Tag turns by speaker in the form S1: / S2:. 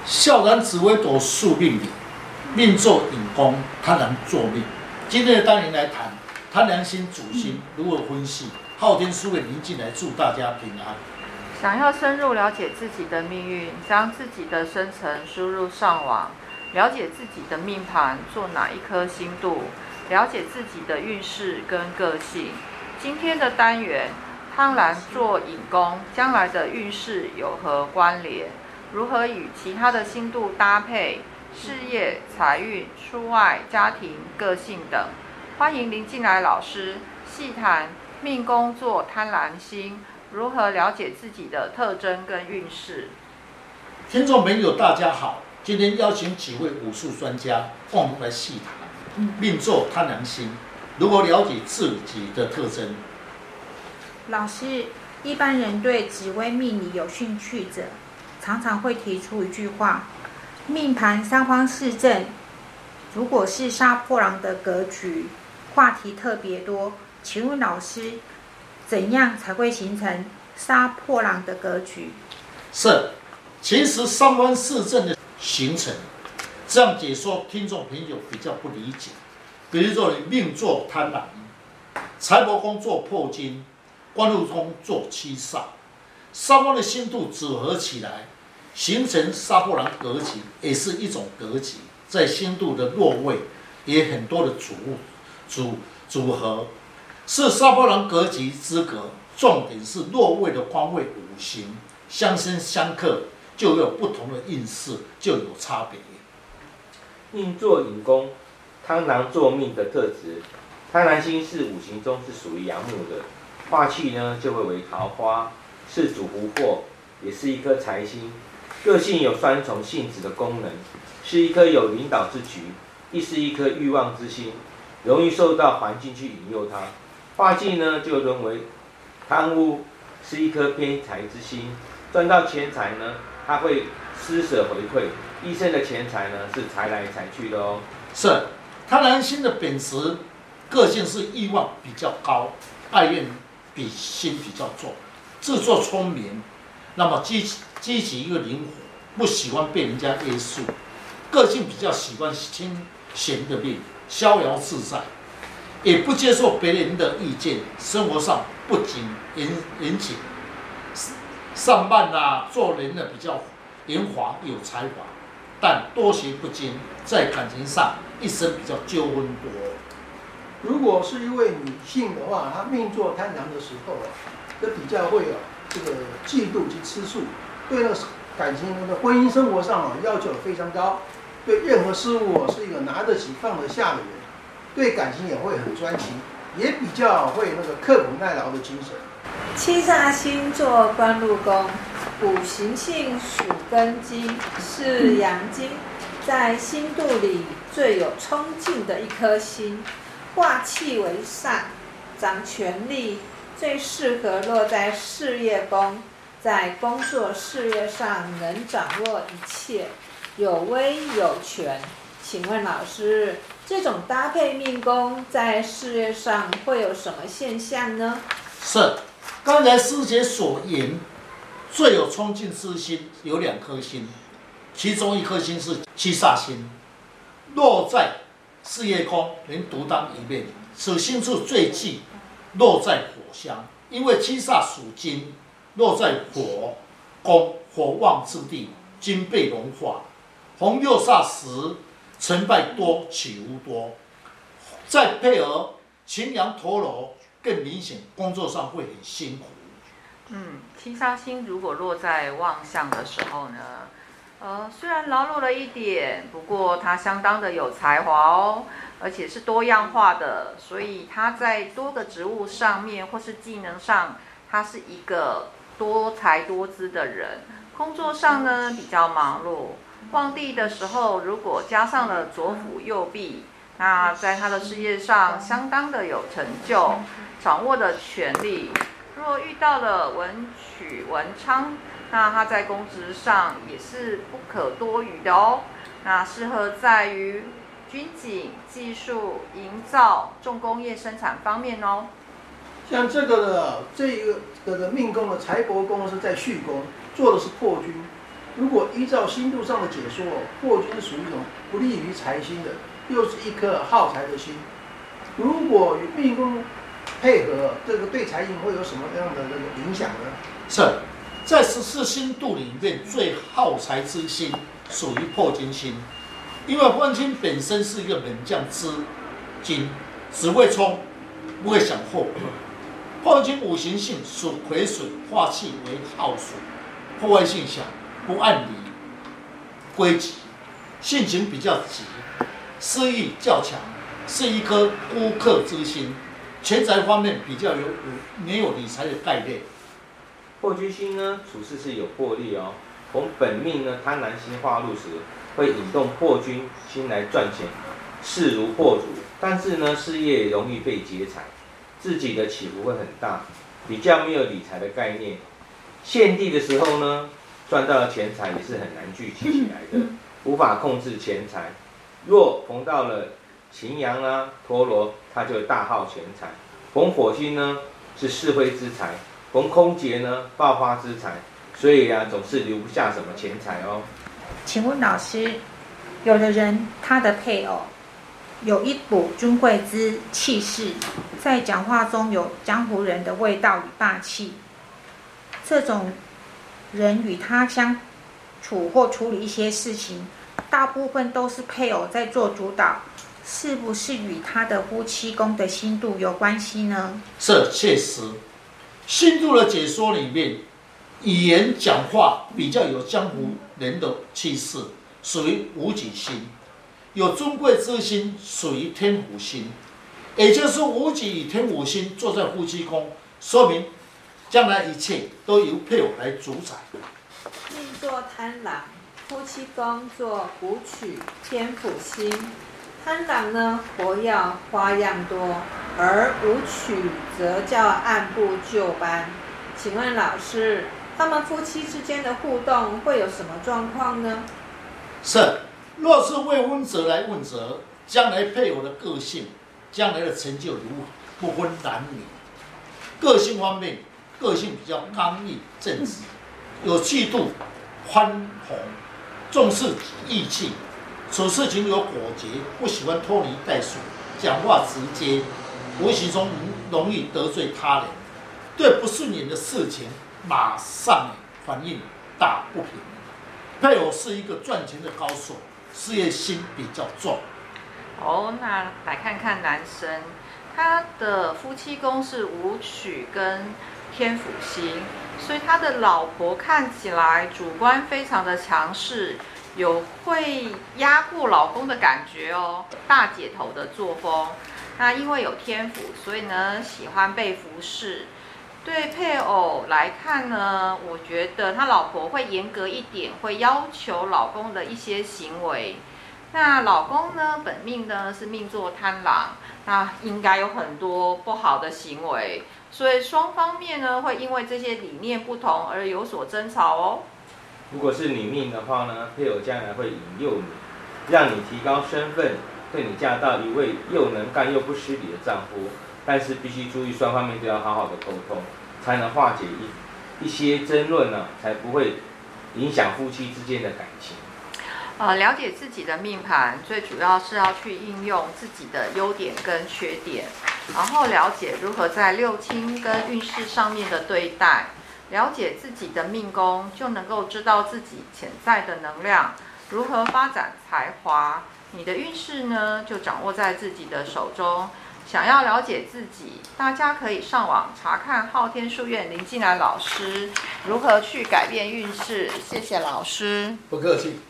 S1: 孝然紫微斗数命理，命坐引宫，贪狼坐命。今天的单元来谈贪狼星主星如何分析。昊天书院林进来祝大家平安。
S2: 想要深入了解自己的命运，将自己的生辰输入上网，了解自己的命盘做哪一颗星度，了解自己的运势跟个性。今天的单元，贪狼坐引宫，将来的运势有何关联？如何与其他的星度搭配？事业、财运、出外、家庭、个性等。欢迎林进来老师细谈命宫坐贪狼星，如何了解自己的特征跟运势。
S1: 听众朋友大家好，今天邀请几位武术专家共同来细谈命坐贪狼星，如何了解自己的特征。
S3: 老师，一般人对紫微命理有兴趣者，常常会提出一句话：命盘三方四正，如果是杀破狼的格局，话题特别多。请问老师，怎样才会形成杀破狼的格局？
S1: 是，其实三方四正的形成，这样解说听众朋友比较不理解。比如说你命坐贪狼，财帛宫坐破金，官禄宫坐七煞，三方的星度组合起来，形成杀破狼格局，也是一种格局。在星度的落位也很多的组合，是杀破狼格局之格。重点是落位的方位五行相生相克，就有不同的运势，就有差别。
S4: 命坐引宫，贪狼坐命的特质。贪狼星是五行中是属于阳木的，化气呢就会为桃花，是主福祸，也是一颗财星。个性有双重性质的功能，是一颗有领导之局，亦是一颗欲望之心，容易受到环境去引诱它。化忌呢就沦为贪污，是一颗偏财之心。赚到钱财呢，他会施舍回馈，一生的钱财呢是财来财去的哦。
S1: 是，贪狼星的本质个性是欲望比较高，爱怨比心比较重，自作聪明，那么积极又灵活，不喜欢被人家约束，个性比较喜欢清闲的命，逍遥自在，也不接受别人的意见，生活上不仅严谨，上班做人比较圆滑有才华，但多学不精，在感情上一生比较纠纷多。
S5: 如果是一位女性的话，她命坐贪狼的时候就比较会这个嫉妒及吃醋，对那个感情的婚姻生活上要求非常高，对任何事物是一个拿得起放得下的人，对感情也会很专情，也比较会那个刻苦耐劳的精神。
S6: 七煞星坐官禄宫，五行性属根金，是阳金，在星度里最有冲劲的一颗星，化气为煞，掌权力，最适合落在事业宫，在工作事业上能掌握一切，有威有权。请问老师，这种搭配命宫在事业上会有什么现象呢？
S1: 是，刚才师姐所言，最有冲劲之星有两颗星，其中一颗星是七煞星，落在事业宫能独当一面。此星处最忌落在火象，因为七煞属金，落在火宫，火旺之地，金被融化。红六煞时，成败多，起伏多。再配合擎羊陀罗，更明显，工作上会很辛苦。
S2: 七煞星如果落在旺相的时候呢，虽然劳碌了一点，不过他相当的有才华哦，而且是多样化的，所以他在多个职务上面或是技能上，他是一个多才多姿的人。工作上呢比较忙碌，旺地的时候如果加上了左辅右弼，那在他的事业上相当的有成就，掌握的权力。若遇到了文曲文昌，那他在公职上也是不可多余的哦。那适合在于军警、技术、营造、重工业生产方面哦。
S5: 像这个的命宫的财帛宫是在戌宫，做的是破军， 如果依照星度上的解说，破军属于一种不利于财星的，又是一颗耗财的星。如果与命宫配合，这个对财运会有什么样的影响呢？
S1: 是在14星度里面最耗财之星属于破军星，因为破军星本身是一个猛将之金，只会冲，不会享祸。破军五行性属癸水，化气为耗水，破坏性小，不按理规矩，性情比较急，私欲较强，是一颗孤客之心。钱财方面比较没有理财的概念。
S4: 破军星呢，处事是有魄力哦。从本命呢贪婪星化禄时，会引动破军星来赚钱，势如破竹。但是呢，事业容易被劫财，自己的起伏会很大，比较没有理财的概念。献地的时候呢，赚到的钱财也是很难聚集起来的，无法控制钱财。若逢到了擎羊啊、陀罗，它就会大耗钱财。逢火星呢，是是非之财；逢空劫呢，爆发之财。所以啊，总是留不下什么钱财哦。
S3: 请问老师，有的人他的配偶有一股尊贵之气势，在讲话中有江湖人的味道与霸气，这种人与他相处或处理一些事情，大部分都是配偶在做主导，是不是与他的夫妻宫的星度有关系呢？
S1: 这确实，星度的解说里面，语言讲话比较有江湖人的气势，属于武己星；有尊贵之心，属于天府星。也就是武己与天府星坐在夫妻宫，说明将来一切都由配偶来主宰。
S6: 命坐贪狼，夫妻宫做武曲天府星。贪狼呢，活跃花样多，而武曲则较按部就班。请问老师，他们夫妻之间的互动会有什么状况呢？
S1: 是，若是未婚者来问责，将来配偶的个性，将来的成就如何，不分男女。个性方面，个性比较刚毅正直，有气度，宽宏，重视义气，处事情有果决，不喜欢拖泥带水，讲话直接，无形中容易得罪他人，对不顺眼的事情马上反应打不平。配偶是一个赚钱的高手，事业心比较重。
S2: 哦，那来看看男生，他的夫妻宫是武曲跟天府星，所以他的老婆看起来主观非常的强势，有会压过老公的感觉哦，大姐头的作风。那因为有天府，所以呢喜欢被服侍。对配偶来看呢，我觉得他老婆会严格一点，会要求老公的一些行为。那老公呢，本命呢是命坐贪狼，那应该有很多不好的行为，所以双方面呢会因为这些理念不同而有所争吵哦。
S4: 如果是女命的话呢，配偶将来会引诱你，让你提高身份，对你嫁到一位又能干又不失礼的丈夫。但是必须注意，双方面都要好好的沟通，才能化解一些争论呢，才不会影响夫妻之间的感情。
S2: 了解自己的命盘，最主要是要去应用自己的优点跟缺点，然后了解如何在六亲跟运势上面的对待，了解自己的命宫，就能够知道自己潜在的能量，如何发展才华。你的运势呢，就掌握在自己的手中。想要了解自己，大家可以上网查看昊天书院林进来老师如何去改变运势。谢谢老师，
S1: 不客气。